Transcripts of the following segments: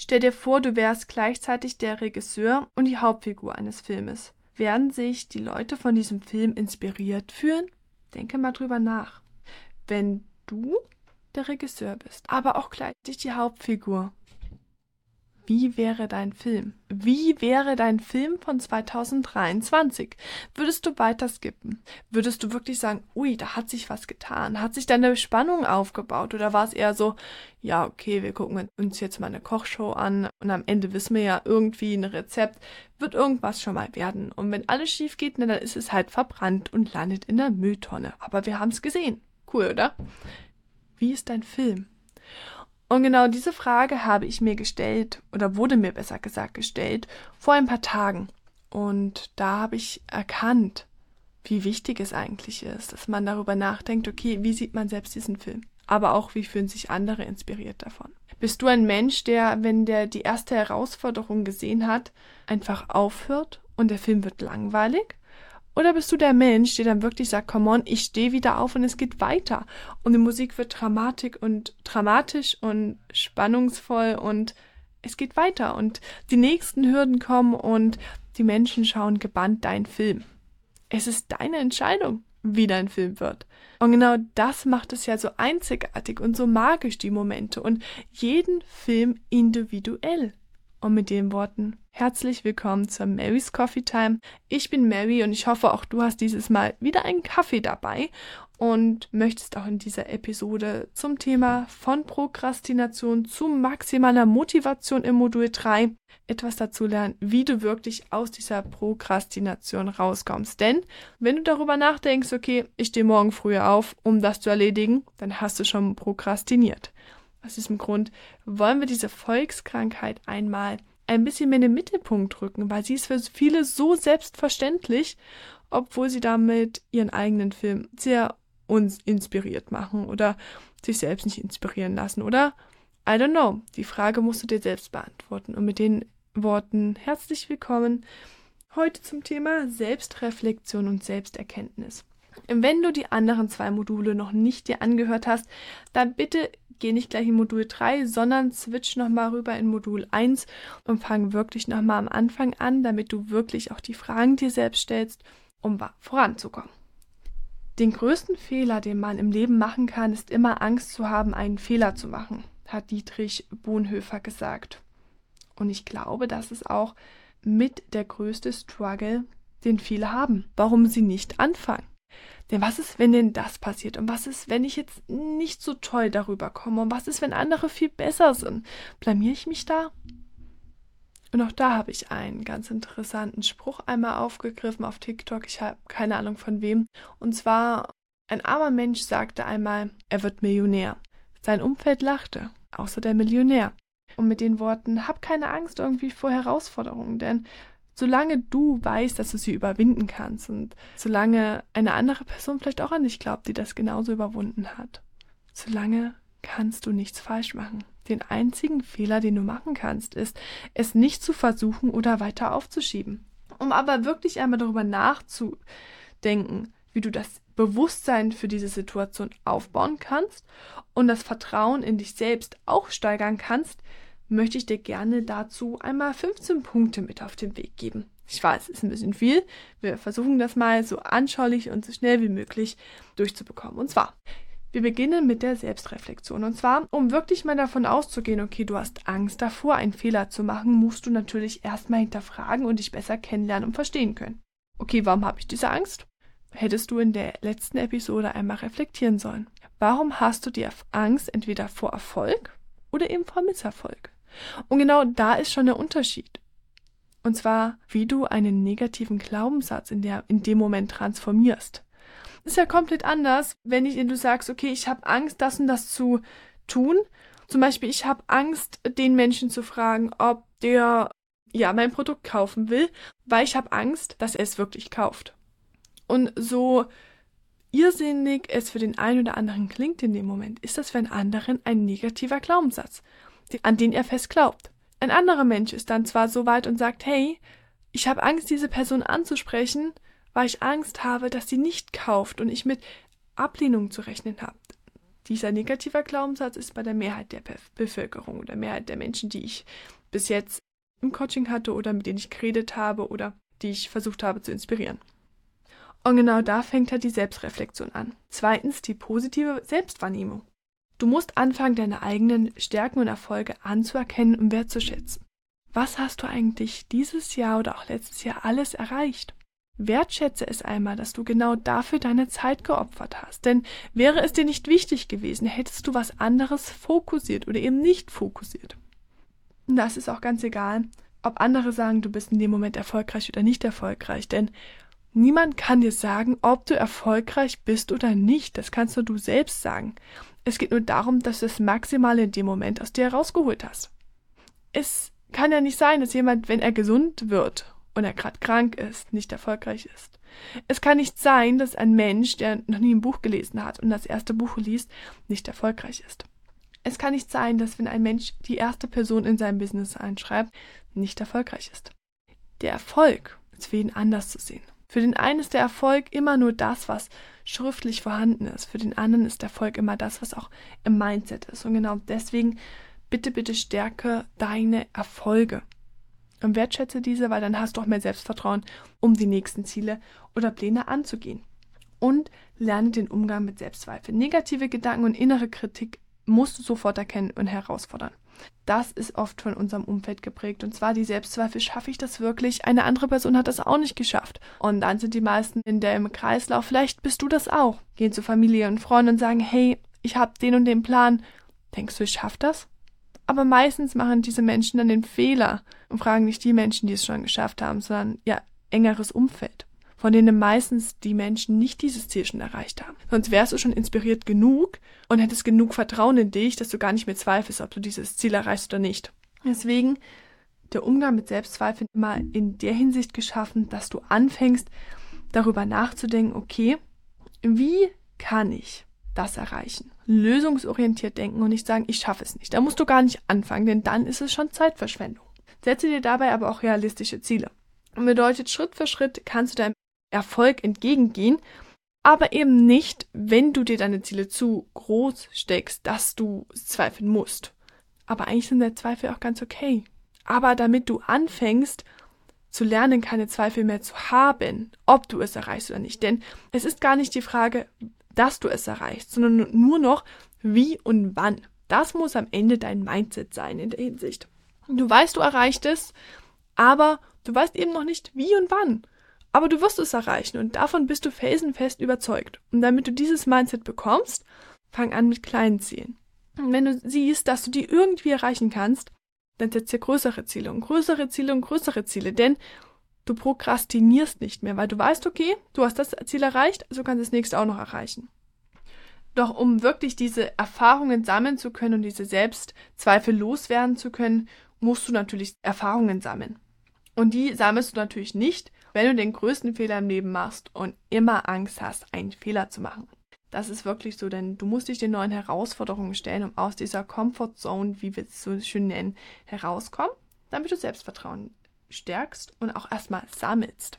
Stell dir vor, du wärst gleichzeitig der Regisseur und die Hauptfigur eines Filmes. Werden sich die Leute von diesem Film inspiriert fühlen? Denke mal drüber nach. Wenn du der Regisseur bist, aber auch gleichzeitig die Hauptfigur. Wie wäre dein Film? Wie wäre dein Film von 2023? Würdest du weiter skippen? Würdest du wirklich sagen, ui, da hat sich was getan? Hat sich deine Spannung aufgebaut? Oder war es eher so, ja, okay, wir gucken uns jetzt mal eine Kochshow an und am Ende wissen wir ja irgendwie ein Rezept, wird irgendwas schon mal werden. Und wenn alles schief geht, dann ist es halt verbrannt und landet in der Mülltonne. Aber wir haben es gesehen. Cool, oder? Wie ist dein Film? Und genau diese Frage habe ich mir gestellt, oder wurde mir besser gesagt gestellt, vor ein paar Tagen. Und da habe ich erkannt, wie wichtig es eigentlich ist, dass man darüber nachdenkt, okay, wie sieht man selbst diesen Film? Aber auch, wie fühlen sich andere inspiriert davon? Bist du ein Mensch, der, wenn der die erste Herausforderung gesehen hat, einfach aufhört und der Film wird langweilig? Oder bist du der Mensch, der dann wirklich sagt, come on, ich stehe wieder auf und es geht weiter. Und die Musik wird dramatisch und spannungsvoll und es geht weiter. Und die nächsten Hürden kommen und die Menschen schauen gebannt deinen Film. Es ist deine Entscheidung, wie dein Film wird. Und genau das macht es ja so einzigartig und so magisch, die Momente. Und jeden Film individuell. Und mit den Worten, herzlich willkommen zur Mary's Coffee Time. Ich bin Mary und ich hoffe, auch du hast dieses Mal wieder einen Kaffee dabei und möchtest auch in dieser Episode zum Thema von Prokrastination zu maximaler Motivation im Modul 3 etwas dazu lernen, wie du wirklich aus dieser Prokrastination rauskommst. Denn wenn du darüber nachdenkst, okay, ich stehe morgen früher auf, um das zu erledigen, dann hast du schon prokrastiniert. Aus diesem Grund wollen wir diese Volkskrankheit einmal ein bisschen mehr in den Mittelpunkt rücken, weil sie ist für viele so selbstverständlich, obwohl sie damit ihren eigenen Film sehr uns inspiriert machen oder sich selbst nicht inspirieren lassen oder I don't know. Die Frage musst du dir selbst beantworten. Und mit den Worten herzlich willkommen heute zum Thema Selbstreflexion und Selbsterkenntnis. Wenn du die anderen 2 Module noch nicht dir angehört hast, dann bitte geh nicht gleich in Modul 3, sondern switch nochmal rüber in Modul 1 und fang wirklich nochmal am Anfang an, damit du wirklich auch die Fragen dir selbst stellst, um voranzukommen. Den größten Fehler, den man im Leben machen kann, ist immer Angst zu haben, einen Fehler zu machen, hat Dietrich Bonhoeffer gesagt. Und ich glaube, das ist auch mit der größte Struggle, den viele haben, warum sie nicht anfangen. Denn was ist, wenn denn das passiert? Und was ist, wenn ich jetzt nicht so toll darüber komme? Und was ist, wenn andere viel besser sind? Blamiere ich mich da? Und auch da habe ich einen ganz interessanten Spruch einmal aufgegriffen auf TikTok. Ich habe keine Ahnung von wem. Und zwar, ein armer Mensch sagte einmal, er wird Millionär. Sein Umfeld lachte, außer der Millionär. Und mit den Worten, hab keine Angst irgendwie vor Herausforderungen, denn solange du weißt, dass du sie überwinden kannst und solange eine andere Person vielleicht auch an dich glaubt, die das genauso überwunden hat, solange kannst du nichts falsch machen. Den einzigen Fehler, den du machen kannst, ist, es nicht zu versuchen oder weiter aufzuschieben. Um aber wirklich einmal darüber nachzudenken, wie du das Bewusstsein für diese Situation aufbauen kannst und das Vertrauen in dich selbst auch steigern kannst, möchte ich dir gerne dazu einmal 15 Punkte mit auf den Weg geben. Ich weiß, es ist ein bisschen viel. Wir versuchen das mal so anschaulich und so schnell wie möglich durchzubekommen. Und zwar, wir beginnen mit der Selbstreflexion. Und zwar, um wirklich mal davon auszugehen, okay, du hast Angst davor, einen Fehler zu machen, musst du natürlich erstmal hinterfragen und dich besser kennenlernen und verstehen können. Okay, warum habe ich diese Angst? Hättest du in der letzten Episode einmal reflektieren sollen. Warum hast du die Angst entweder vor Erfolg oder eben vor Misserfolg? Und genau da ist schon der Unterschied. Und zwar, wie du einen negativen Glaubenssatz in dem Moment transformierst. Das ist ja komplett anders, wenn du sagst, okay, ich habe Angst, das und das zu tun. Zum Beispiel, ich habe Angst, den Menschen zu fragen, ob der mein Produkt kaufen will, weil ich habe Angst, dass er es wirklich kauft. Und so irrsinnig es für den einen oder anderen klingt in dem Moment, ist das für einen anderen ein negativer Glaubenssatz, an den er fest glaubt. Ein anderer Mensch ist dann zwar so weit und sagt, hey, ich habe Angst, diese Person anzusprechen, weil ich Angst habe, dass sie nicht kauft und ich mit Ablehnung zu rechnen habe. Dieser negative Glaubenssatz ist bei der Mehrheit der Bevölkerung oder Mehrheit der Menschen, die ich bis jetzt im Coaching hatte oder mit denen ich geredet habe oder die ich versucht habe zu inspirieren. Und genau da fängt halt die Selbstreflexion an. Zweitens die positive Selbstwahrnehmung. Du musst anfangen, deine eigenen Stärken und Erfolge anzuerkennen und wertzuschätzen. Was hast du eigentlich dieses Jahr oder auch letztes Jahr alles erreicht? Wertschätze es einmal, dass du genau dafür deine Zeit geopfert hast. Denn wäre es dir nicht wichtig gewesen, hättest du was anderes fokussiert oder eben nicht fokussiert. Und das ist auch ganz egal, ob andere sagen, du bist in dem Moment erfolgreich oder nicht erfolgreich. Denn niemand kann dir sagen, ob du erfolgreich bist oder nicht. Das kannst nur du selbst sagen. Es geht nur darum, dass du das Maximale in dem Moment aus dir herausgeholt hast. Es kann ja nicht sein, dass jemand, wenn er gesund wird und er gerade krank ist, nicht erfolgreich ist. Es kann nicht sein, dass ein Mensch, der noch nie ein Buch gelesen hat und das erste Buch liest, nicht erfolgreich ist. Es kann nicht sein, dass wenn ein Mensch die erste Person in seinem Business einschreibt, nicht erfolgreich ist. Der Erfolg ist für jeden anders zu sehen. Für den einen ist der Erfolg immer nur das, was schriftlich vorhanden ist. Für den anderen ist der Erfolg immer das, was auch im Mindset ist. Und genau deswegen bitte stärke deine Erfolge. Und wertschätze diese, weil dann hast du auch mehr Selbstvertrauen, um die nächsten Ziele oder Pläne anzugehen. Und lerne den Umgang mit Selbstzweifeln. Negative Gedanken und innere Kritik musst du sofort erkennen und herausfordern. Das ist oft von unserem Umfeld geprägt. Und zwar die Selbstzweifel, schaffe ich das wirklich? Eine andere Person hat das auch nicht geschafft. Und dann sind die meisten in dem Kreislauf, vielleicht bist du das auch. Gehen zu Familie und Freunden und sagen, hey, ich habe den und den Plan. Denkst du, ich schaffe das? Aber meistens machen diese Menschen dann den Fehler und fragen nicht die Menschen, die es schon geschafft haben, sondern ihr engeres Umfeld, von denen meistens die Menschen nicht dieses Ziel schon erreicht haben. Sonst wärst du schon inspiriert genug und hättest genug Vertrauen in dich, dass du gar nicht mehr zweifelst, ob du dieses Ziel erreichst oder nicht. Deswegen der Umgang mit Selbstzweifeln immer in der Hinsicht geschaffen, dass du anfängst, darüber nachzudenken, okay, wie kann ich das erreichen? Lösungsorientiert denken und nicht sagen, ich schaffe es nicht. Da musst du gar nicht anfangen, denn dann ist es schon Zeitverschwendung. Setze dir dabei aber auch realistische Ziele. Und bedeutet, Schritt für Schritt kannst du deinem Erfolg entgegengehen, aber eben nicht, wenn du dir deine Ziele zu groß steckst, dass du zweifeln musst. Aber eigentlich sind der Zweifel auch ganz okay. Aber damit du anfängst, zu lernen, keine Zweifel mehr zu haben, ob du es erreichst oder nicht. Denn es ist gar nicht die Frage, dass du es erreichst, sondern nur noch, wie und wann. Das muss am Ende dein Mindset sein in der Hinsicht. Du weißt, du erreichst es, aber du weißt eben noch nicht, wie und wann. Aber du wirst es erreichen und davon bist du felsenfest überzeugt. Und damit du dieses Mindset bekommst, fang an mit kleinen Zielen. Und wenn du siehst, dass du die irgendwie erreichen kannst, dann setz dir größere Ziele und größere Ziele und größere Ziele, denn du prokrastinierst nicht mehr, weil du weißt, okay, du hast das Ziel erreicht, also kannst du das nächste auch noch erreichen. Doch um wirklich diese Erfahrungen sammeln zu können und diese Selbstzweifel loswerden zu können, musst du natürlich Erfahrungen sammeln. Und die sammelst du natürlich nicht, wenn du den größten Fehler im Leben machst und immer Angst hast, einen Fehler zu machen. Das ist wirklich so, denn du musst dich den neuen Herausforderungen stellen, um aus dieser Comfort-Zone, wie wir es so schön nennen, herauskommen, damit du Selbstvertrauen stärkst und auch erstmal sammelst.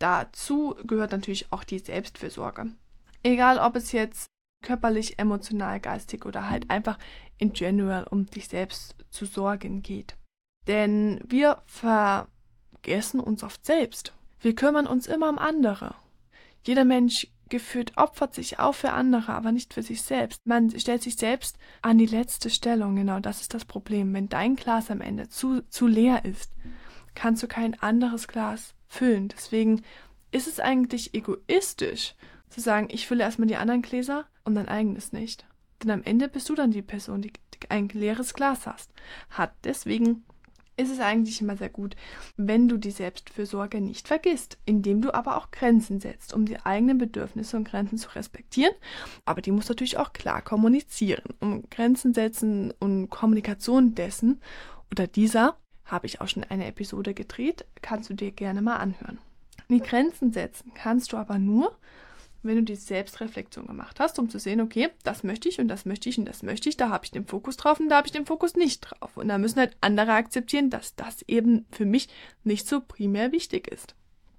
Dazu gehört natürlich auch die Selbstfürsorge. Egal, ob es jetzt körperlich, emotional, geistig oder halt einfach in general um dich selbst zu sorgen geht. Denn wir vergessen uns oft selbst. Wir kümmern uns immer um andere. Jeder Mensch gefühlt opfert sich auf für andere, aber nicht für sich selbst. Man stellt sich selbst an die letzte Stellung. Genau, das ist das Problem. Wenn dein Glas am Ende zu leer ist, kannst du kein anderes Glas füllen. Deswegen ist es eigentlich egoistisch, zu sagen, ich fülle erstmal die anderen Gläser und dein eigenes nicht. Denn am Ende bist du dann die Person, die ein leeres Glas hat. Deswegen ist es eigentlich immer sehr gut, wenn du die Selbstfürsorge nicht vergisst, indem du aber auch Grenzen setzt, um die eigenen Bedürfnisse und Grenzen zu respektieren. Aber die musst du natürlich auch klar kommunizieren. Um Grenzen setzen und Kommunikation dessen oder dieser habe ich auch schon eine Episode gedreht, kannst du dir gerne mal anhören. Die Grenzen setzen kannst du aber nur, wenn du die Selbstreflexion gemacht hast, um zu sehen, okay, das möchte ich und das möchte ich und das möchte ich, da habe ich den Fokus drauf und da habe ich den Fokus nicht drauf. Und da müssen halt andere akzeptieren, dass das eben für mich nicht so primär wichtig ist.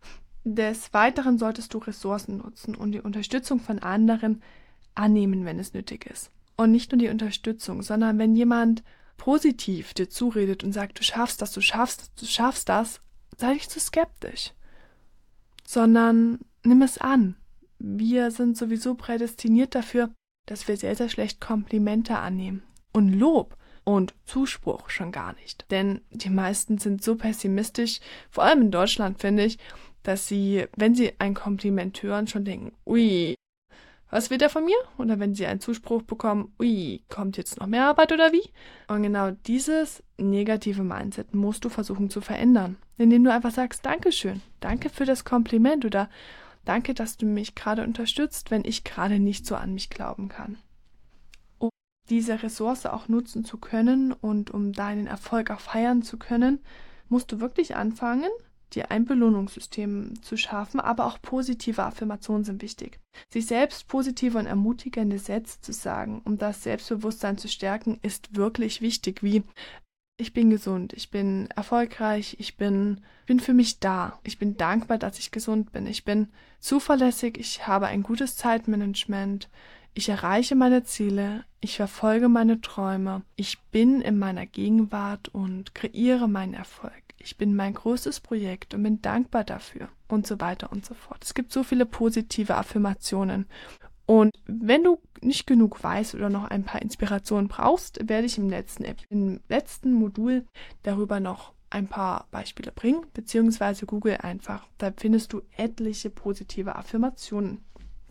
Des Weiteren solltest du Ressourcen nutzen und die Unterstützung von anderen annehmen, wenn es nötig ist. Und nicht nur die Unterstützung, sondern wenn jemand positiv dir zuredet und sagt, du schaffst das, du schaffst das, du schaffst das, sei nicht zu skeptisch, sondern nimm es an. Wir sind sowieso prädestiniert dafür, dass wir sehr, sehr schlecht Komplimente annehmen. Und Lob und Zuspruch schon gar nicht. Denn die meisten sind so pessimistisch, vor allem in Deutschland, finde ich, dass sie, wenn sie ein Kompliment hören, schon denken, ui, was will der von mir? Oder wenn sie einen Zuspruch bekommen, ui, kommt jetzt noch mehr Arbeit oder wie? Und genau dieses negative Mindset musst du versuchen zu verändern, indem du einfach sagst, Dankeschön, danke für das Kompliment oder danke, dass du mich gerade unterstützt, wenn ich gerade nicht so an mich glauben kann. Um diese Ressource auch nutzen zu können und um deinen Erfolg auch feiern zu können, musst du wirklich anfangen, dir ein Belohnungssystem zu schaffen, aber auch positive Affirmationen sind wichtig. Sich selbst positive und ermutigende Sätze zu sagen, um das Selbstbewusstsein zu stärken, ist wirklich wichtig, wie ich bin gesund, ich bin erfolgreich, ich bin für mich da, ich bin dankbar, dass ich gesund bin, ich bin zuverlässig, ich habe ein gutes Zeitmanagement, ich erreiche meine Ziele, ich verfolge meine Träume, ich bin in meiner Gegenwart und kreiere meinen Erfolg. Ich bin mein größtes Projekt und bin dankbar dafür und so weiter und so fort. Es gibt so viele positive Affirmationen. Und wenn du nicht genug weißt oder noch ein paar Inspirationen brauchst, werde ich im letzten Modul darüber noch ein paar Beispiele bringen, beziehungsweise Google einfach. Da findest du etliche positive Affirmationen.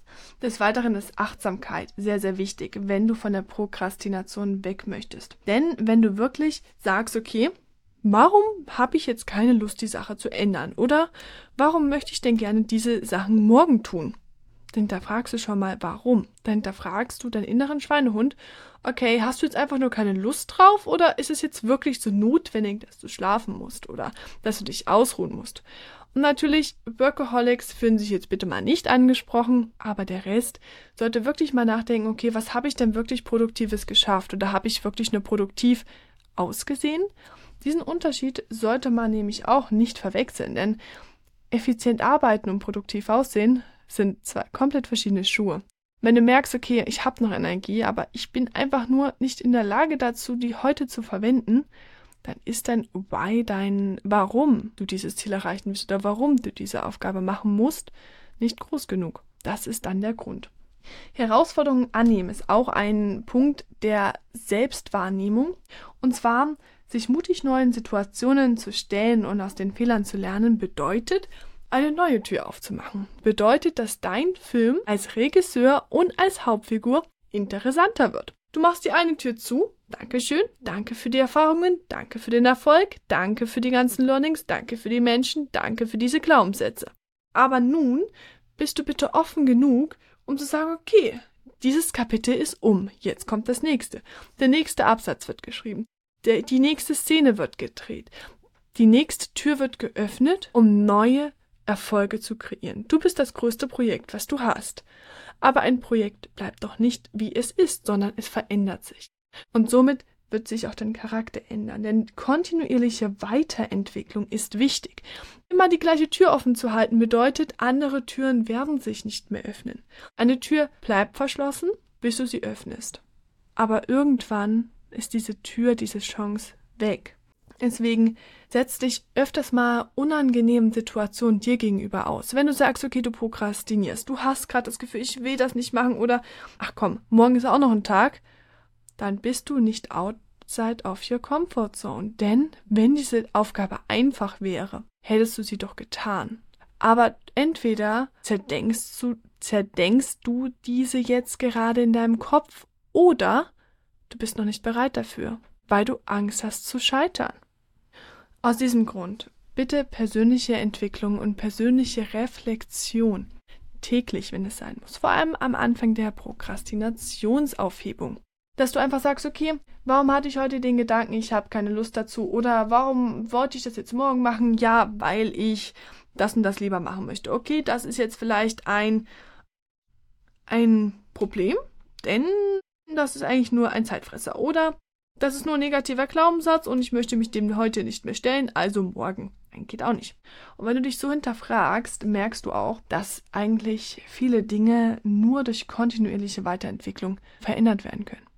Des Weiteren ist Achtsamkeit sehr, sehr wichtig, wenn du von der Prokrastination weg möchtest. Denn wenn du wirklich sagst, okay, warum habe ich jetzt keine Lust, die Sache zu ändern? Oder warum möchte ich denn gerne diese Sachen morgen tun? Dann hinterfragst du schon mal, warum? Dann hinterfragst du deinen inneren Schweinehund, okay, hast du jetzt einfach nur keine Lust drauf oder ist es jetzt wirklich so notwendig, dass du schlafen musst oder dass du dich ausruhen musst? Und natürlich, Workaholics fühlen sich jetzt bitte mal nicht angesprochen, aber der Rest sollte wirklich mal nachdenken, okay, was habe ich denn wirklich Produktives geschafft oder habe ich wirklich nur produktiv ausgesehen? Diesen Unterschied sollte man nämlich auch nicht verwechseln, denn effizient arbeiten und produktiv aussehen sind zwei komplett verschiedene Schuhe. Wenn du merkst, okay, ich habe noch Energie, aber ich bin einfach nur nicht in der Lage dazu, die heute zu verwenden, dann ist dein Why, dein Warum du dieses Ziel erreichen willst oder warum du diese Aufgabe machen musst, nicht groß genug. Das ist dann der Grund. Herausforderungen annehmen ist auch ein Punkt der Selbstwahrnehmung, und zwar sich mutig neuen Situationen zu stellen und aus den Fehlern zu lernen, bedeutet, eine neue Tür aufzumachen. Bedeutet, dass dein Film als Regisseur und als Hauptfigur interessanter wird. Du machst die eine Tür zu, Dankeschön, danke für die Erfahrungen, danke für den Erfolg, danke für die ganzen Learnings, danke für die Menschen, danke für diese Glaubenssätze. Aber nun bist du bitte offen genug, um zu sagen, okay, dieses Kapitel ist jetzt kommt das nächste. Der nächste Absatz wird geschrieben. Die nächste Szene wird gedreht. Die nächste Tür wird geöffnet, um neue Erfolge zu kreieren. Du bist das größte Projekt, was du hast. Aber ein Projekt bleibt doch nicht, wie es ist, sondern es verändert sich. Und somit wird sich auch dein Charakter ändern. Denn kontinuierliche Weiterentwicklung ist wichtig. Immer die gleiche Tür offen zu halten bedeutet, andere Türen werden sich nicht mehr öffnen. Eine Tür bleibt verschlossen, bis du sie öffnest. Aber irgendwann ist diese Tür, diese Chance weg. Deswegen setz dich öfters mal unangenehmen Situationen dir gegenüber aus. Wenn du sagst, okay, du prokrastinierst, du hast gerade das Gefühl, ich will das nicht machen oder, ach komm, morgen ist auch noch ein Tag, dann bist du nicht outside of your comfort zone. Denn wenn diese Aufgabe einfach wäre, hättest du sie doch getan. Aber entweder zerdenkst du diese jetzt gerade in deinem Kopf oder du bist noch nicht bereit dafür, weil du Angst hast zu scheitern. Aus diesem Grund, bitte persönliche Entwicklung und persönliche Reflexion täglich, wenn es sein muss. Vor allem am Anfang der Prokrastinationsaufhebung. Dass du einfach sagst, okay, warum hatte ich heute den Gedanken, ich habe keine Lust dazu? Oder warum wollte ich das jetzt morgen machen? Ja, weil ich das und das lieber machen möchte. Okay, das ist jetzt vielleicht ein Problem, denn das ist eigentlich nur ein Zeitfresser. Oder das ist nur ein negativer Glaubenssatz und ich möchte mich dem heute nicht mehr stellen, also morgen. Geht auch nicht. Und wenn du dich so hinterfragst, merkst du auch, dass eigentlich viele Dinge nur durch kontinuierliche Weiterentwicklung verändert werden können.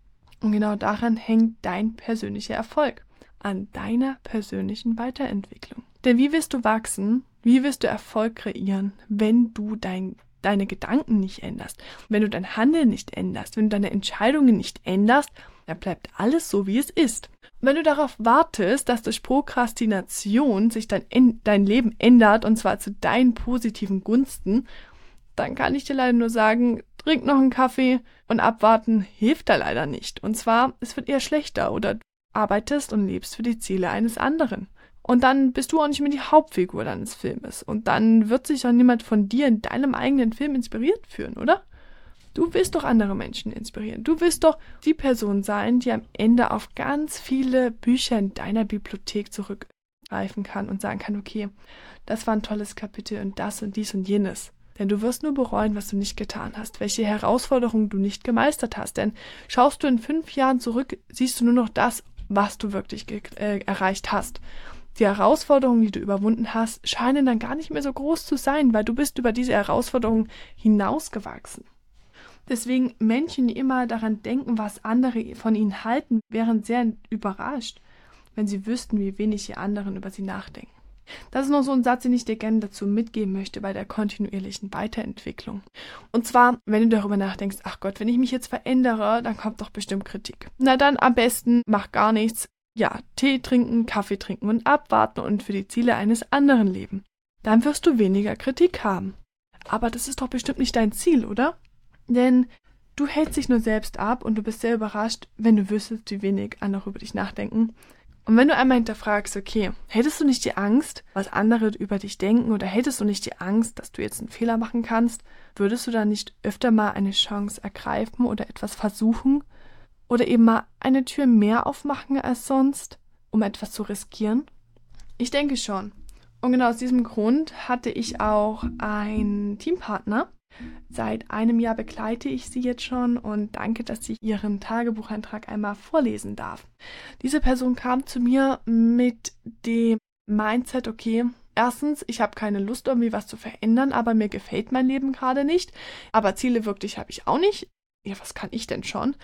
Und genau daran hängt dein persönlicher Erfolg, an deiner persönlichen Weiterentwicklung. Denn wie wirst du wachsen, wie wirst du Erfolg kreieren, wenn du deine Gedanken nicht änderst, wenn du dein Handeln nicht änderst, wenn du deine Entscheidungen nicht änderst, dann bleibt alles so, wie es ist. Wenn du darauf wartest, dass durch Prokrastination sich dein Leben ändert, und zwar zu deinen positiven Gunsten, dann kann ich dir leider nur sagen, trink noch einen Kaffee und abwarten hilft da leider nicht. Und zwar, es wird eher schlechter oder du arbeitest und lebst für die Ziele eines anderen. Und dann bist du auch nicht mehr die Hauptfigur deines Filmes. Und dann wird sich auch niemand von dir in deinem eigenen Film inspiriert fühlen, oder? Du willst doch andere Menschen inspirieren. Du willst doch die Person sein, die am Ende auf ganz viele Bücher in deiner Bibliothek zurückgreifen kann und sagen kann, okay, das war ein tolles Kapitel und das und dies und jenes. Denn du wirst nur bereuen, was du nicht getan hast, welche Herausforderungen du nicht gemeistert hast. Denn schaust du in 5 Jahren zurück, siehst du nur noch das, was du wirklich erreicht hast. Die Herausforderungen, die du überwunden hast, scheinen dann gar nicht mehr so groß zu sein, weil du bist über diese Herausforderungen hinausgewachsen. Deswegen Menschen, die immer daran denken, was andere von ihnen halten, wären sehr überrascht, wenn sie wüssten, wie wenig die anderen über sie nachdenken. Das ist noch so ein Satz, den ich dir gerne dazu mitgeben möchte bei der kontinuierlichen Weiterentwicklung. Und zwar, wenn du darüber nachdenkst, ach Gott, wenn ich mich jetzt verändere, dann kommt doch bestimmt Kritik. Na dann am besten mach gar nichts. Ja, Tee trinken, Kaffee trinken und abwarten und für die Ziele eines anderen leben. Dann wirst du weniger Kritik haben. Aber das ist doch bestimmt nicht dein Ziel, oder? Denn du hältst dich nur selbst ab und du bist sehr überrascht, wenn du wüsstest, wie wenig andere über dich nachdenken. Und wenn du einmal hinterfragst, okay, hättest du nicht die Angst, was andere über dich denken, oder hättest du nicht die Angst, dass du jetzt einen Fehler machen kannst, würdest du dann nicht öfter mal eine Chance ergreifen oder etwas versuchen oder eben mal eine Tür mehr aufmachen als sonst, um etwas zu riskieren? Ich denke schon. Und genau aus diesem Grund hatte ich auch einen Teampartner. Seit einem Jahr begleite ich sie jetzt schon und danke, dass ich ihren Tagebucheintrag einmal vorlesen darf. Diese Person kam zu mir mit dem Mindset, okay, erstens, ich habe keine Lust, irgendwie was zu verändern, aber mir gefällt mein Leben gerade nicht. Aber Ziele wirklich habe ich auch nicht. Ja, was kann ich denn schon?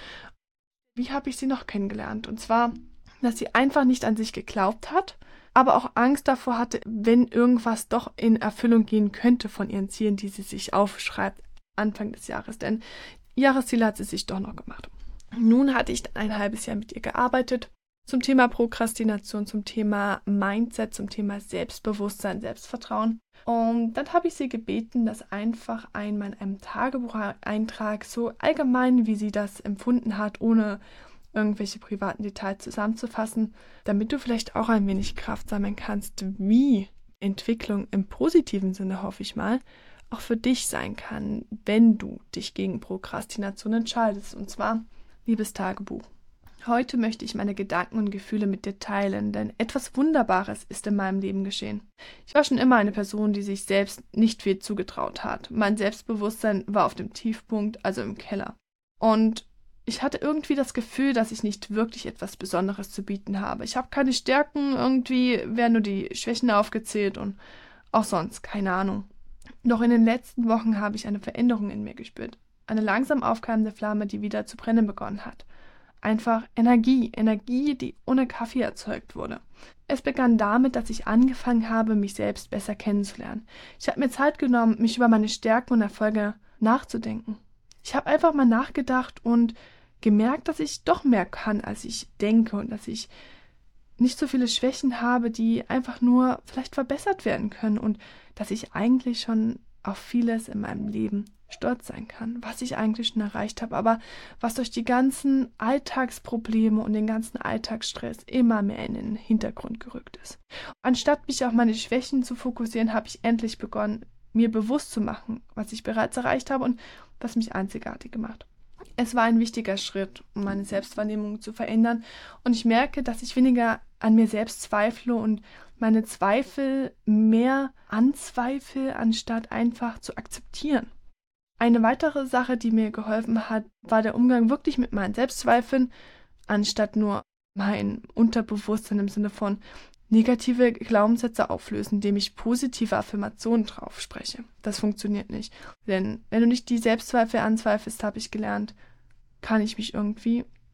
Wie habe ich sie noch kennengelernt? Und zwar, dass sie einfach nicht an sich geglaubt hat, aber auch Angst davor hatte, wenn irgendwas doch in Erfüllung gehen könnte von ihren Zielen, die sie sich aufschreibt Anfang des Jahres. Denn Jahresziele hat sie sich doch noch gemacht. Nun hatte ich dann ein halbes Jahr mit ihr gearbeitet zum Thema Prokrastination, zum Thema Mindset, zum Thema Selbstbewusstsein, Selbstvertrauen. Und dann habe ich sie gebeten, das einfach einmal in einem Tagebucheintrag so allgemein, wie sie das empfunden hat, ohne irgendwelche privaten Details zusammenzufassen, damit du vielleicht auch ein wenig Kraft sammeln kannst, wie Entwicklung im positiven Sinne, hoffe ich mal, auch für dich sein kann, wenn du dich gegen Prokrastination entscheidest. Und zwar, liebes Tagebuch, heute möchte ich meine Gedanken und Gefühle mit dir teilen, denn etwas Wunderbares ist in meinem Leben geschehen. Ich war schon immer eine Person, die sich selbst nicht viel zugetraut hat. Mein Selbstbewusstsein war auf dem Tiefpunkt, also im Keller. Und ich hatte irgendwie das Gefühl, dass ich nicht wirklich etwas Besonderes zu bieten habe. Ich habe keine Stärken, irgendwie werden nur die Schwächen aufgezählt und auch sonst, keine Ahnung. Doch in den letzten Wochen habe ich eine Veränderung in mir gespürt. Eine langsam aufkeimende Flamme, die wieder zu brennen begonnen hat. Einfach Energie, die ohne Kaffee erzeugt wurde. Es begann damit, dass ich angefangen habe, mich selbst besser kennenzulernen. Ich habe mir Zeit genommen, mich über meine Stärken und Erfolge nachzudenken. Ich habe einfach mal nachgedacht und gemerkt, dass ich doch mehr kann, als ich denke und dass ich nicht so viele Schwächen habe, die einfach nur vielleicht verbessert werden können und dass ich eigentlich schon auf vieles in meinem Leben stolz sein kann, was ich eigentlich schon erreicht habe, aber was durch die ganzen Alltagsprobleme und den ganzen Alltagsstress immer mehr in den Hintergrund gerückt ist. Anstatt mich auf meine Schwächen zu fokussieren, habe ich endlich begonnen, mir bewusst zu machen, was ich bereits erreicht habe und was mich einzigartig gemacht. Es war ein wichtiger Schritt, um meine Selbstwahrnehmung zu verändern und ich merke, dass ich weniger an mir selbst zweifle und meine Zweifel mehr anzweifle, anstatt einfach zu akzeptieren. Eine weitere Sache, die mir geholfen hat, war der Umgang wirklich mit meinen Selbstzweifeln, anstatt nur mein Unterbewusstsein im Sinne von negative Glaubenssätze auflösen, indem ich positive Affirmationen drauf spreche. Das funktioniert nicht. Denn wenn du nicht die Selbstzweifel anzweifelst, habe ich gelernt, kann ich mich irgendwie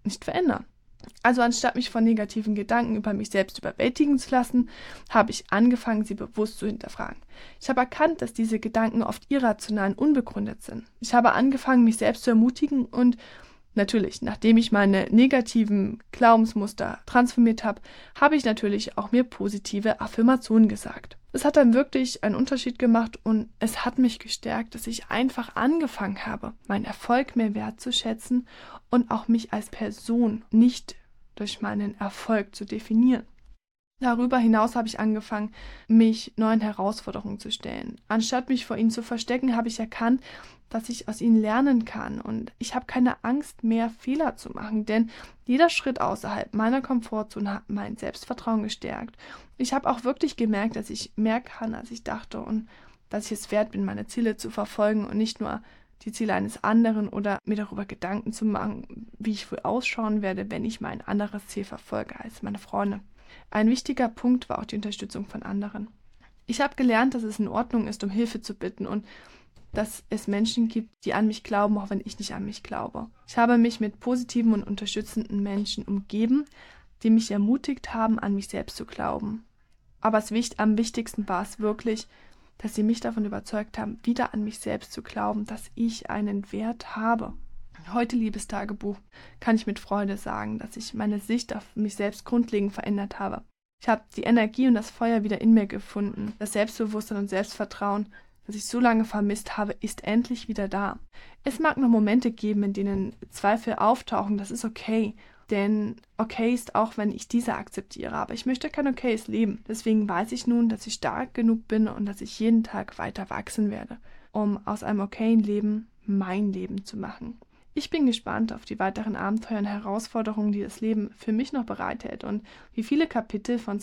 nicht verändern. Also anstatt mich von negativen Gedanken über mich selbst überwältigen zu lassen, habe ich angefangen, sie bewusst zu hinterfragen. Ich habe erkannt, dass diese Gedanken oft irrational und unbegründet sind. Ich habe angefangen, mich selbst zu ermutigen und natürlich, nachdem ich meine negativen Glaubensmuster transformiert habe, habe ich natürlich auch mir positive Affirmationen gesagt. Es hat dann wirklich einen Unterschied gemacht und es hat mich gestärkt, dass ich einfach angefangen habe, meinen Erfolg mehr wertzuschätzen und auch mich als Person nicht durch meinen Erfolg zu definieren. Darüber hinaus habe ich angefangen, mich neuen Herausforderungen zu stellen. Anstatt mich vor ihnen zu verstecken, habe ich erkannt, dass ich aus ihnen lernen kann und ich habe keine Angst mehr, Fehler zu machen, denn jeder Schritt außerhalb meiner Komfortzone hat mein Selbstvertrauen gestärkt. Ich habe auch wirklich gemerkt, dass ich mehr kann, als ich dachte und dass ich es wert bin, meine Ziele zu verfolgen und nicht nur die Ziele eines anderen oder mir darüber Gedanken zu machen, wie ich wohl ausschauen werde, wenn ich mal ein anderes Ziel verfolge als meine Freunde. Ein wichtiger Punkt war auch die Unterstützung von anderen. Ich habe gelernt, dass es in Ordnung ist, um Hilfe zu bitten und dass es Menschen gibt, die an mich glauben, auch wenn ich nicht an mich glaube. Ich habe mich mit positiven und unterstützenden Menschen umgeben, die mich ermutigt haben, an mich selbst zu glauben. Aber am wichtigsten war es wirklich, dass sie mich davon überzeugt haben, wieder an mich selbst zu glauben, dass ich einen Wert habe. Heute, liebes Tagebuch, kann ich mit Freude sagen, dass ich meine Sicht auf mich selbst grundlegend verändert habe. Ich habe die Energie und das Feuer wieder in mir gefunden. Das Selbstbewusstsein und Selbstvertrauen, das ich so lange vermisst habe, ist endlich wieder da. Es mag noch Momente geben, in denen Zweifel auftauchen, das ist okay. Denn okay ist auch, wenn ich diese akzeptiere. Aber ich möchte kein okayes Leben. Deswegen weiß ich nun, dass ich stark genug bin und dass ich jeden Tag weiter wachsen werde, um aus einem okayen Leben mein Leben zu machen. Ich bin gespannt auf die weiteren Abenteuer und Herausforderungen, die das Leben für mich noch bereithält und wie viele Kapitel von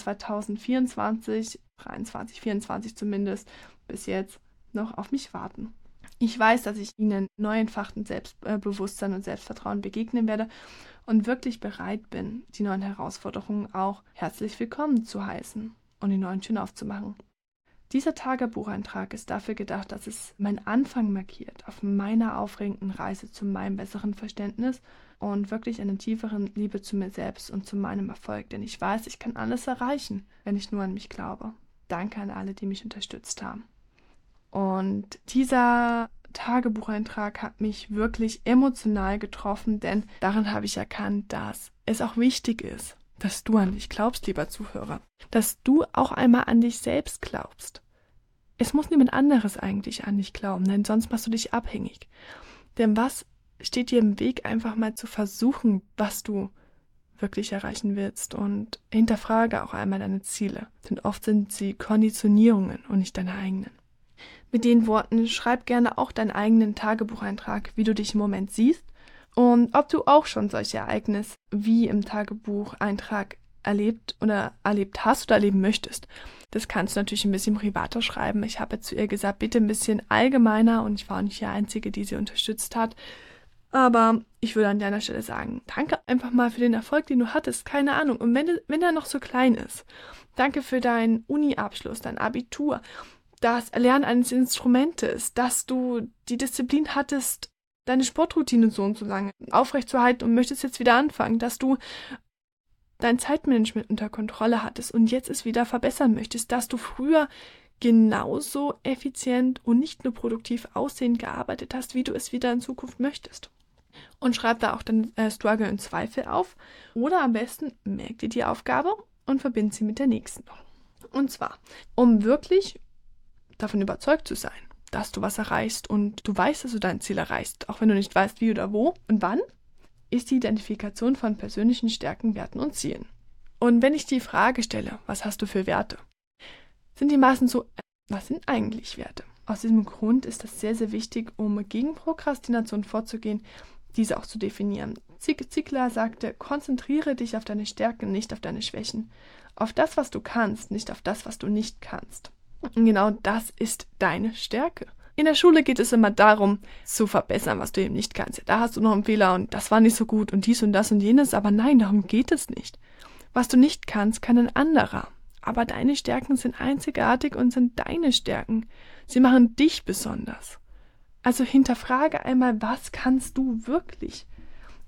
2024, 23, 24 zumindest, bis jetzt noch auf mich warten. Ich weiß, dass ich Ihnen neu entfachten Selbstbewusstsein und Selbstvertrauen begegnen werde und wirklich bereit bin, die neuen Herausforderungen auch herzlich willkommen zu heißen und die neuen Türen aufzumachen. Dieser Tagebucheintrag ist dafür gedacht, dass es meinen Anfang markiert auf meiner aufregenden Reise zu meinem besseren Verständnis und wirklich einer tieferen Liebe zu mir selbst und zu meinem Erfolg, denn ich weiß, ich kann alles erreichen, wenn ich nur an mich glaube. Danke an alle, die mich unterstützt haben. Und dieser Tagebucheintrag hat mich wirklich emotional getroffen, denn darin habe ich erkannt, dass es auch wichtig ist, dass du an dich glaubst, lieber Zuhörer. Dass du auch einmal an dich selbst glaubst. Es muss niemand anderes eigentlich an dich glauben, denn sonst machst du dich abhängig. Denn was steht dir im Weg, einfach mal zu versuchen, was du wirklich erreichen willst, und hinterfrage auch einmal deine Ziele, denn oft sind sie Konditionierungen und nicht deine eigenen. Mit den Worten schreib gerne auch deinen eigenen Tagebucheintrag, wie du dich im Moment siehst und ob du auch schon solche Ereignisse wie im Tagebucheintrag erlebt hast oder erleben möchtest. Das kannst du natürlich ein bisschen privater schreiben. Ich habe jetzt zu ihr gesagt, bitte ein bisschen allgemeiner, und ich war auch nicht die Einzige, die sie unterstützt hat. Aber ich würde an deiner Stelle sagen, danke einfach mal für den Erfolg, den du hattest, keine Ahnung. Und wenn er noch so klein ist, danke für deinen Uni-Abschluss, dein Abitur, das Erlernen eines Instrumentes, dass du die Disziplin hattest, deine Sportroutine so und so lange aufrechtzuerhalten und möchtest jetzt wieder anfangen, dass du dein Zeitmanagement unter Kontrolle hattest und jetzt es wieder verbessern möchtest, dass du früher genauso effizient und nicht nur produktiv aussehend gearbeitet hast, wie du es wieder in Zukunft möchtest. Und schreib da auch deinen Struggle und Zweifel auf. Oder am besten merk dir die Aufgabe und verbind sie mit der nächsten. Und zwar, um wirklich davon überzeugt zu sein, dass du was erreichst und du weißt, dass du dein Ziel erreichst, auch wenn du nicht weißt, wie oder wo und wann, ist die Identifikation von persönlichen Stärken, Werten und Zielen. Und wenn ich die Frage stelle, was hast du für Werte, sind die meisten so, was sind eigentlich Werte? Aus diesem Grund ist es sehr, sehr wichtig, um gegen Prokrastination vorzugehen, diese auch zu definieren. Zig Ziglar sagte, konzentriere dich auf deine Stärken, nicht auf deine Schwächen. Auf das, was du kannst, nicht auf das, was du nicht kannst. Und genau das ist deine Stärke. In der Schule geht es immer darum, zu verbessern, was du eben nicht kannst. Ja, da hast du noch einen Fehler und das war nicht so gut und dies und das und jenes, aber nein, darum geht es nicht. Was du nicht kannst, kann ein anderer. Aber deine Stärken sind einzigartig und sind deine Stärken. Sie machen dich besonders. Also hinterfrage einmal, was kannst du wirklich?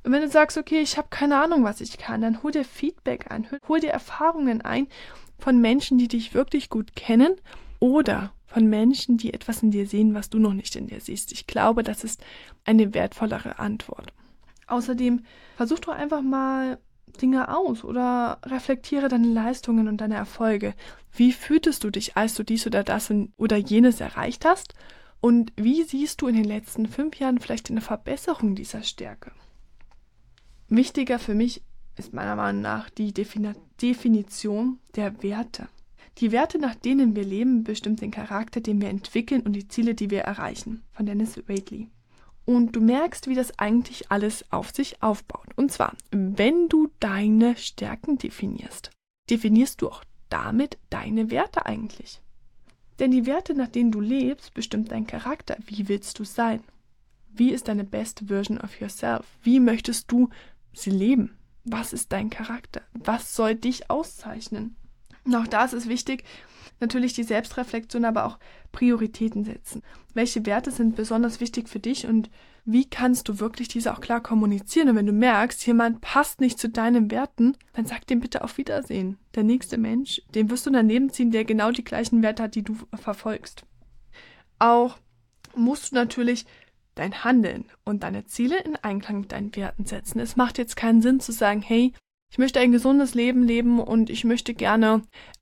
Und wenn du sagst, okay, ich habe keine Ahnung, was ich kann, dann hol dir Feedback ein, hol dir Erfahrungen ein von Menschen, die dich wirklich gut kennen oder von Menschen, die etwas in dir sehen, was du noch nicht in dir siehst. Ich glaube, das ist eine wertvollere Antwort. Außerdem versuch doch einfach mal Dinge aus oder reflektiere deine Leistungen und deine Erfolge. Wie fühltest du dich, als du dies oder das oder jenes erreicht hast? Und wie siehst du in den letzten 5 Jahren vielleicht eine Verbesserung dieser Stärke? Wichtiger für mich ist meiner Meinung nach die Definition der Werte. Die Werte, nach denen wir leben, bestimmt den Charakter, den wir entwickeln und die Ziele, die wir erreichen. Von Dennis Waitley. Und du merkst, wie das eigentlich alles auf sich aufbaut. Und zwar, wenn du deine Stärken definierst, definierst du auch damit deine Werte eigentlich. Denn die Werte, nach denen du lebst, bestimmt deinen Charakter. Wie willst du sein? Wie ist deine best version of yourself? Wie möchtest du sie leben? Was ist dein Charakter? Was soll dich auszeichnen? Und auch da ist es wichtig, natürlich die Selbstreflexion, aber auch Prioritäten setzen. Welche Werte sind besonders wichtig für dich und wie kannst du wirklich diese auch klar kommunizieren? Und wenn du merkst, jemand passt nicht zu deinen Werten, dann sag dem bitte auf Wiedersehen. Der nächste Mensch, den wirst du daneben ziehen, der genau die gleichen Werte hat, die du verfolgst. Auch musst du natürlich dein Handeln und deine Ziele in Einklang mit deinen Werten setzen. Es macht jetzt keinen Sinn zu sagen, hey, ich möchte ein gesundes Leben leben und ich möchte gerne,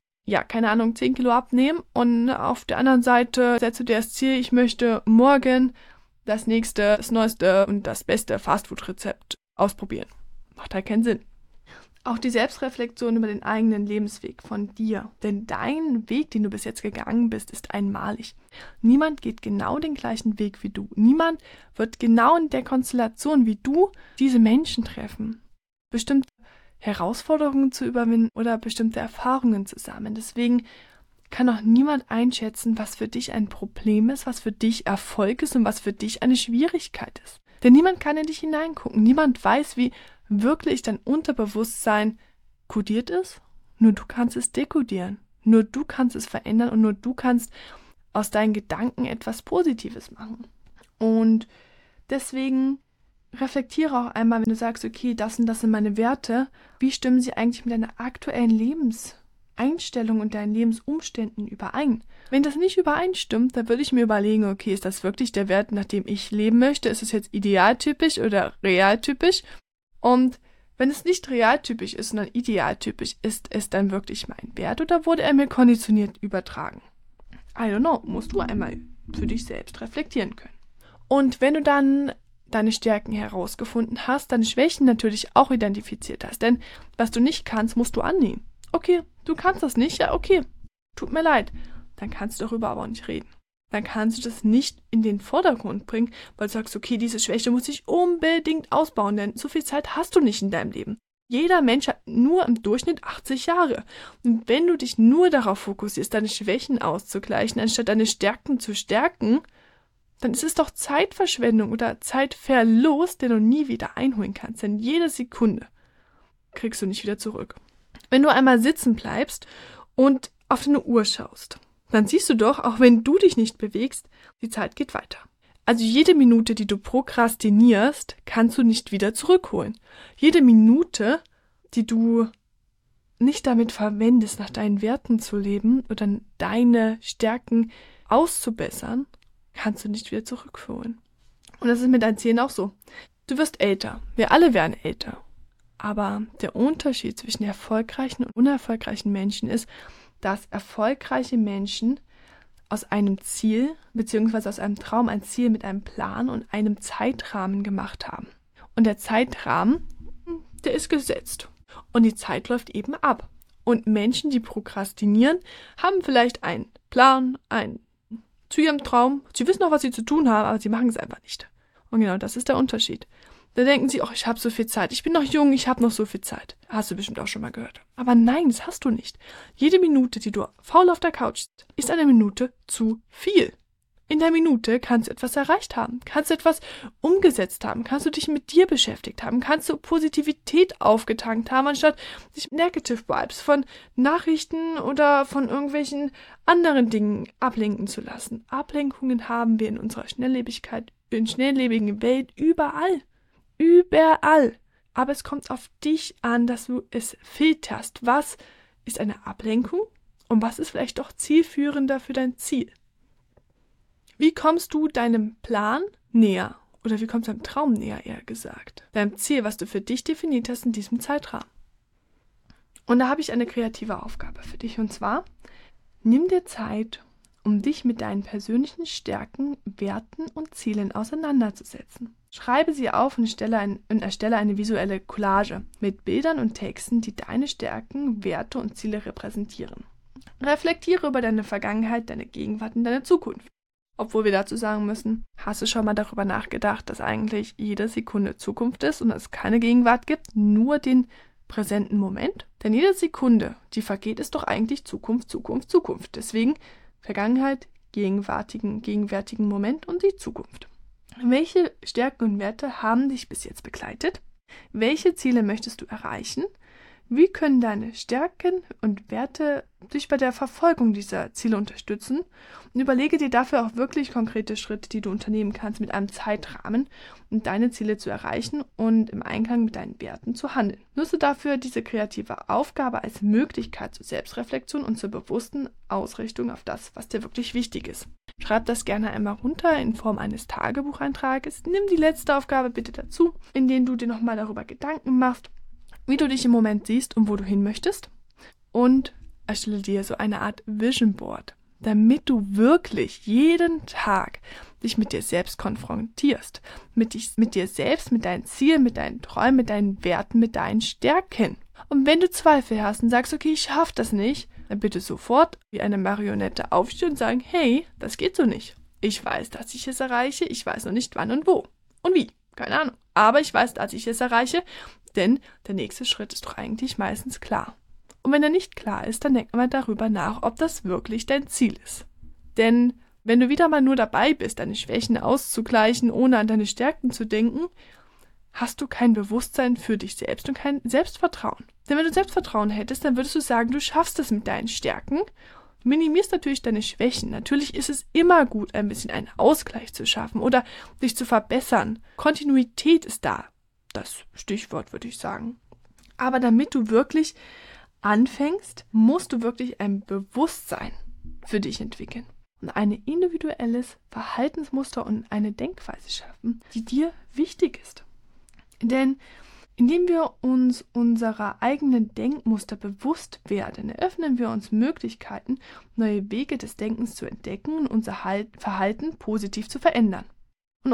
10 Kilo abnehmen und auf der anderen Seite setze du dir das Ziel, ich möchte morgen das nächste, das neueste und das beste Fastfood-Rezept ausprobieren. Macht halt keinen Sinn. Auch die Selbstreflexion über den eigenen Lebensweg von dir. Denn dein Weg, den du bis jetzt gegangen bist, ist einmalig. Niemand geht genau den gleichen Weg wie du. Niemand wird genau in der Konstellation wie du diese Menschen treffen. Bestimmte Herausforderungen zu überwinden oder bestimmte Erfahrungen zu sammeln. Deswegen kann auch niemand einschätzen, was für dich ein Problem ist, was für dich Erfolg ist und was für dich eine Schwierigkeit ist. Denn niemand kann in dich hineingucken. Niemand weiß, wie wirklich dein Unterbewusstsein kodiert ist. Nur du kannst es dekodieren. Nur du kannst es verändern und nur du kannst aus deinen Gedanken etwas Positives machen. Und deswegen reflektiere auch einmal, wenn du sagst, okay, das und das sind meine Werte, wie stimmen sie eigentlich mit deiner aktuellen Lebenseinstellung und deinen Lebensumständen überein? Wenn das nicht übereinstimmt, dann würde ich mir überlegen, okay, ist das wirklich der Wert, nach dem ich leben möchte? Ist es jetzt idealtypisch oder realtypisch? Und wenn es nicht realtypisch ist, sondern idealtypisch, ist es dann wirklich mein Wert oder wurde er mir konditioniert übertragen? I don't know, musst du einmal für dich selbst reflektieren können. Und wenn du dann deine Stärken herausgefunden hast, deine Schwächen natürlich auch identifiziert hast. Denn was du nicht kannst, musst du annehmen. Okay, du kannst das nicht, ja okay, tut mir leid. Dann kannst du darüber aber auch nicht reden. Dann kannst du das nicht in den Vordergrund bringen, weil du sagst, okay, diese Schwäche muss ich unbedingt ausbauen, denn so viel Zeit hast du nicht in deinem Leben. Jeder Mensch hat nur im Durchschnitt 80 Jahre. Und wenn du dich nur darauf fokussierst, deine Schwächen auszugleichen, anstatt deine Stärken zu stärken, dann ist es doch Zeitverschwendung oder Zeitverlust, den du nie wieder einholen kannst. Denn jede Sekunde kriegst du nicht wieder zurück. Wenn du einmal sitzen bleibst und auf deine Uhr schaust, dann siehst du doch, auch wenn du dich nicht bewegst, die Zeit geht weiter. Also jede Minute, die du prokrastinierst, kannst du nicht wieder zurückholen. Jede Minute, die du nicht damit verwendest, nach deinen Werten zu leben oder deine Stärken auszubessern, kannst du nicht wieder zurückholen. Und das ist mit deinen Zielen auch so. Du wirst älter. Wir alle werden älter. Aber der Unterschied zwischen erfolgreichen und unerfolgreichen Menschen ist, dass erfolgreiche Menschen aus einem Ziel bzw. aus einem Traum ein Ziel mit einem Plan und einem Zeitrahmen gemacht haben. Und der Zeitrahmen, der ist gesetzt. Und die Zeit läuft eben ab. Und Menschen, die prokrastinieren, haben vielleicht einen Plan, zu ihrem Traum. Sie wissen auch, was sie zu tun haben, aber sie machen es einfach nicht. Und genau das ist der Unterschied. Da denken sie, ich habe so viel Zeit. Ich bin noch jung, ich habe noch so viel Zeit. Hast du bestimmt auch schon mal gehört. Aber nein, das hast du nicht. Jede Minute, die du faul auf der Couch sitzt, ist eine Minute zu viel. In der Minute kannst du etwas erreicht haben, kannst du etwas umgesetzt haben, kannst du dich mit dir beschäftigt haben, kannst du Positivität aufgetankt haben, anstatt sich Negative Vibes von Nachrichten oder von irgendwelchen anderen Dingen ablenken zu lassen. Ablenkungen haben wir in unserer Schnelllebigen Welt überall. überall. Aber es kommt auf dich an, dass du es filterst. Was ist eine Ablenkung und was ist vielleicht doch zielführender für dein Ziel? Wie kommst du deinem Plan näher? Oder wie kommst du deinem Traum näher, eher gesagt? Deinem Ziel, was du für dich definiert hast in diesem Zeitrahmen. Und da habe ich eine kreative Aufgabe für dich. Und zwar, nimm dir Zeit, um dich mit deinen persönlichen Stärken, Werten und Zielen auseinanderzusetzen. Schreibe sie auf und erstelle eine visuelle Collage mit Bildern und Texten, die deine Stärken, Werte und Ziele repräsentieren. Reflektiere über deine Vergangenheit, deine Gegenwart und deine Zukunft. Obwohl wir dazu sagen müssen, hast du schon mal darüber nachgedacht, dass eigentlich jede Sekunde Zukunft ist und es keine Gegenwart gibt, nur den präsenten Moment? Denn jede Sekunde, die vergeht, ist doch eigentlich Zukunft, Zukunft, Zukunft. Deswegen Vergangenheit, gegenwärtigen Moment und die Zukunft. Welche Stärken und Werte haben dich bis jetzt begleitet? Welche Ziele möchtest du erreichen? Wie können deine Stärken und Werte dich bei der Verfolgung dieser Ziele unterstützen? Und überlege dir dafür auch wirklich konkrete Schritte, die du unternehmen kannst mit einem Zeitrahmen, um deine Ziele zu erreichen und im Einklang mit deinen Werten zu handeln. Nutze dafür diese kreative Aufgabe als Möglichkeit zur Selbstreflexion und zur bewussten Ausrichtung auf das, was dir wirklich wichtig ist. Schreib das gerne einmal runter in Form eines Tagebucheintrages. Nimm die letzte Aufgabe bitte dazu, in der du dir nochmal darüber Gedanken machst, wie du dich im Moment siehst und wo du hin möchtest, und erstelle dir so eine Art Vision Board, damit du wirklich jeden Tag dich mit dir selbst konfrontierst, mit dir selbst, mit deinen Zielen, mit deinen Träumen, mit deinen Werten, mit deinen Stärken. Und wenn du Zweifel hast und sagst, okay, ich schaffe das nicht, dann bitte sofort wie eine Marionette aufstehen und sagen, hey, das geht so nicht. Ich weiß, dass ich es erreiche, ich weiß noch nicht wann und wo und wie, keine Ahnung. Aber ich weiß, dass ich es erreiche, denn der nächste Schritt ist doch eigentlich meistens klar. Und wenn er nicht klar ist, dann denk mal darüber nach, ob das wirklich dein Ziel ist. Denn wenn du wieder mal nur dabei bist, deine Schwächen auszugleichen, ohne an deine Stärken zu denken, hast du kein Bewusstsein für dich selbst und kein Selbstvertrauen. Denn wenn du Selbstvertrauen hättest, dann würdest du sagen, du schaffst es mit deinen Stärken. Du minimierst natürlich deine Schwächen. Natürlich ist es immer gut, ein bisschen einen Ausgleich zu schaffen oder dich zu verbessern. Kontinuität ist da. Das Stichwort, würde ich sagen. Aber damit du wirklich anfängst, musst du wirklich ein Bewusstsein für dich entwickeln und ein individuelles Verhaltensmuster und eine Denkweise schaffen, die dir wichtig ist. Denn indem wir uns unserer eigenen Denkmuster bewusst werden, eröffnen wir uns Möglichkeiten, neue Wege des Denkens zu entdecken und unser Verhalten positiv zu verändern. Und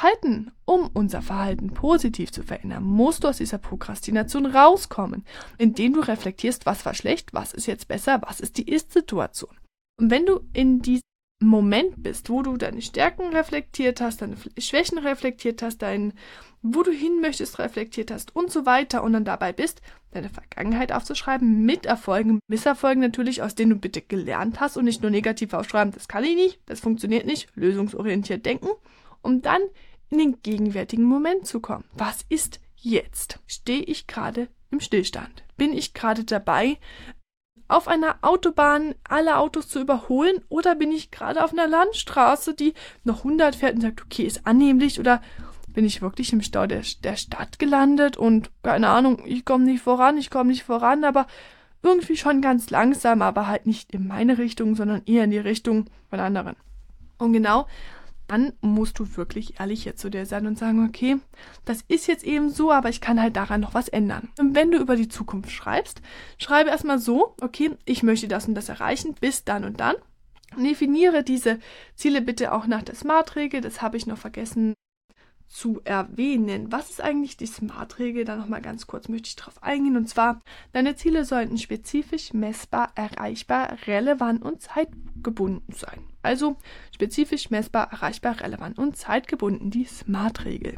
um unser Verhalten positiv zu verändern, musst du aus dieser Prokrastination rauskommen, indem du reflektierst, was war schlecht, was ist jetzt besser, was ist die Ist-Situation. Und wenn du in diesem Moment bist, wo du deine Stärken reflektiert hast, deine Schwächen reflektiert hast, wo du hin möchtest reflektiert hast und so weiter und dann dabei bist, deine Vergangenheit aufzuschreiben mit Erfolgen, Misserfolgen natürlich, aus denen du bitte gelernt hast und nicht nur negativ aufschreiben, das kann ich nicht, das funktioniert nicht, lösungsorientiert denken, um dann in den gegenwärtigen Moment zu kommen. Was ist jetzt? Stehe ich gerade im Stillstand? Bin ich gerade dabei, auf einer Autobahn alle Autos zu überholen, oder bin ich gerade auf einer Landstraße, die noch 100 fährt und sagt, okay, ist annehmlich, oder bin ich wirklich im Stau der Stadt gelandet und keine Ahnung, ich komme nicht voran, aber irgendwie schon ganz langsam, aber halt nicht in meine Richtung, sondern eher in die Richtung von anderen. Und genau dann musst du wirklich ehrlich jetzt zu dir sein und sagen, okay, das ist jetzt eben so, aber ich kann halt daran noch was ändern. Und wenn du über die Zukunft schreibst, schreibe erstmal so, okay, ich möchte das und das erreichen, bis dann und dann. Und definiere diese Ziele bitte auch nach der SMART-Regel, das habe ich noch vergessen zu erwähnen. Was ist eigentlich die SMART-Regel? Da nochmal ganz kurz möchte ich drauf eingehen. Und zwar, deine Ziele sollten spezifisch, messbar, erreichbar, relevant und zeitgebunden sein. Also spezifisch, messbar, erreichbar, relevant und zeitgebunden, die SMART-Regel.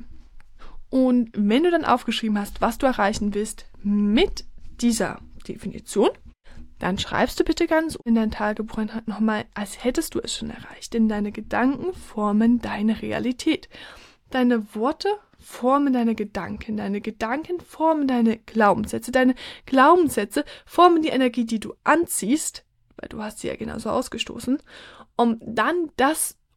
Und wenn du dann aufgeschrieben hast, was du erreichen willst mit dieser Definition, dann schreibst du bitte ganz in dein Tagebuch nochmal, als hättest du es schon erreicht. Denn deine Gedanken formen deine Realität. Deine Worte formen deine Gedanken formen deine Glaubenssätze formen die Energie, die du anziehst, weil du hast sie ja genauso ausgestoßen, um dann das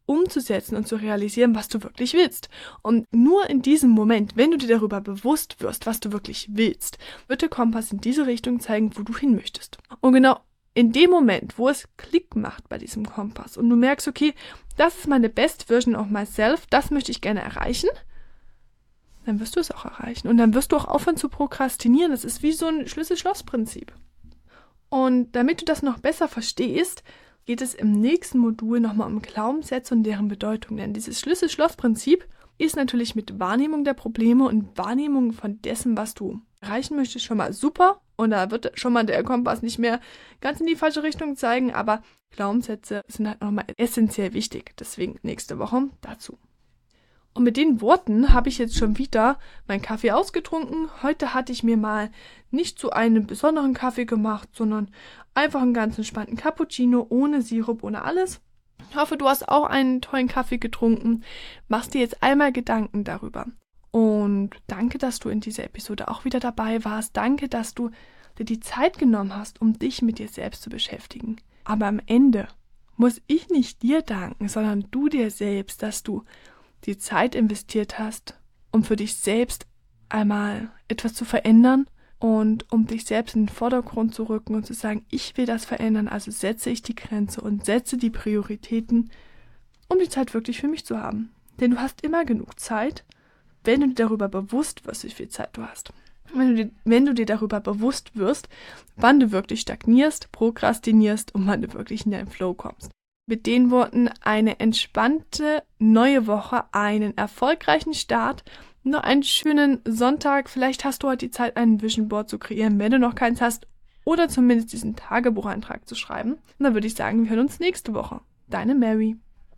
umzusetzen und zu realisieren, was du wirklich willst. Und nur in diesem Moment, wenn du dir darüber bewusst wirst, was du wirklich willst, wird der Kompass in diese Richtung zeigen, wo du hin möchtest. Und genau in dem Moment, wo es Klick macht bei diesem Kompass und du merkst, okay, das ist meine best version of myself, das möchte ich gerne erreichen, dann wirst du es auch erreichen. Und dann wirst du auch aufhören zu prokrastinieren. Das ist wie so ein Schlüssel-Schloss-Prinzip. Und damit du das noch besser verstehst, geht es im nächsten Modul nochmal um Glaubenssätze und deren Bedeutung. Denn dieses Schlüssel-Schloss-Prinzip ist natürlich mit Wahrnehmung der Probleme und Wahrnehmung von dessen, was du erreichen möchtest, schon mal super. Und da wird schon mal der Kompass nicht mehr ganz in die falsche Richtung zeigen. Aber Glaubenssätze sind halt nochmal essentiell wichtig. Deswegen nächste Woche dazu. Und mit den Worten habe ich jetzt schon wieder meinen Kaffee ausgetrunken. Heute hatte ich mir mal nicht so einen besonderen Kaffee gemacht, sondern einfach einen ganz entspannten Cappuccino, ohne Sirup, ohne alles. Ich hoffe, du hast auch einen tollen Kaffee getrunken. Machst dir jetzt einmal Gedanken darüber. Und danke, dass du in dieser Episode auch wieder dabei warst. Danke, dass du dir die Zeit genommen hast, um dich mit dir selbst zu beschäftigen. Aber am Ende muss ich nicht dir danken, sondern du dir selbst, dass du die Zeit investiert hast, um für dich selbst einmal etwas zu verändern und um dich selbst in den Vordergrund zu rücken und zu sagen, ich will das verändern, also setze ich die Grenze und setze die Prioritäten, um die Zeit wirklich für mich zu haben. Denn du hast immer genug Zeit, wenn du dir darüber bewusst wirst, wie viel Zeit du hast. Wenn du dir darüber bewusst wirst, wann du wirklich stagnierst, prokrastinierst und wann du wirklich in deinen Flow kommst. Mit den Worten eine entspannte neue Woche, einen erfolgreichen Start, noch einen schönen Sonntag. Vielleicht hast du heute die Zeit, einen Vision Board zu kreieren, wenn du noch keins hast, oder zumindest diesen Tagebucheintrag zu schreiben. Und dann würde ich sagen, wir hören uns nächste Woche. Deine Mary.